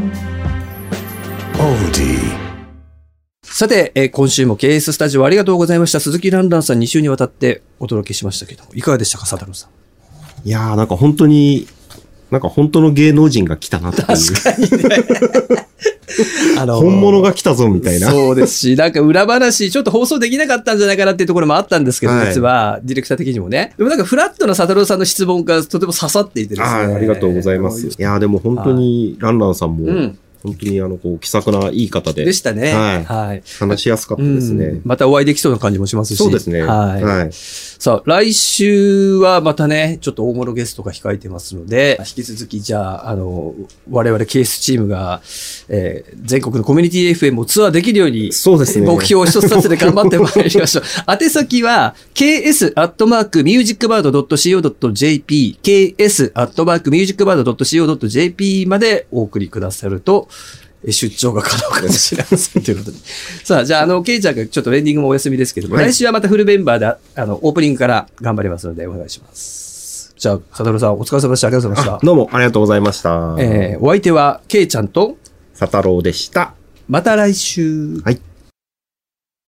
さて、今週も KS スタジオありがとうございました。鈴木ランランさん2週にわたってお届けしましたけど、いかがでしたか、佐太郎さん。 いやー、なんか本当の芸能人が来たなっていう。 確かにね。 本物が来たぞみたいな。 そうですし、なんか裏話、ちょっと放送できなかったんじゃないかなっていうところもあったんですけど、実は、ディレクター的にもね。でもなんかフラットな佐太郎さんの質問がとても刺さっていてですね。 ありがとうございます。いやー、でも本当にランランさんも、本当に気さくないい方で。 でしたね。 はい。話しやすかったですね。 またお会いできそうな感じもしますし。 そうですね。はい。 さあ、来週はまたね、ちょっと大物ゲストが控えてますので、引き続き、じゃあ、我々ケースチームが、全国のコミュニティ FM をツアーできるように、 そうですね。 目標を一つ立てて頑張ってまいりましょう。宛先は、ks@musicbird.co.jp、ks@musicbird.co.jp までお送りくださると、出張が可能かもしれませんということで。さあ、じゃあ、ケイちゃんがちょっとエンディングもお休みですけども、来週はまたフルメンバーで、オープニングから頑張りますので、お願いします。じゃあ、佐太郎さん、お疲れ様でした。ありがとうございました。 どうもありがとうございました。 お相手は、ケイちゃんと、 佐太郎でした。 また来週。 はい。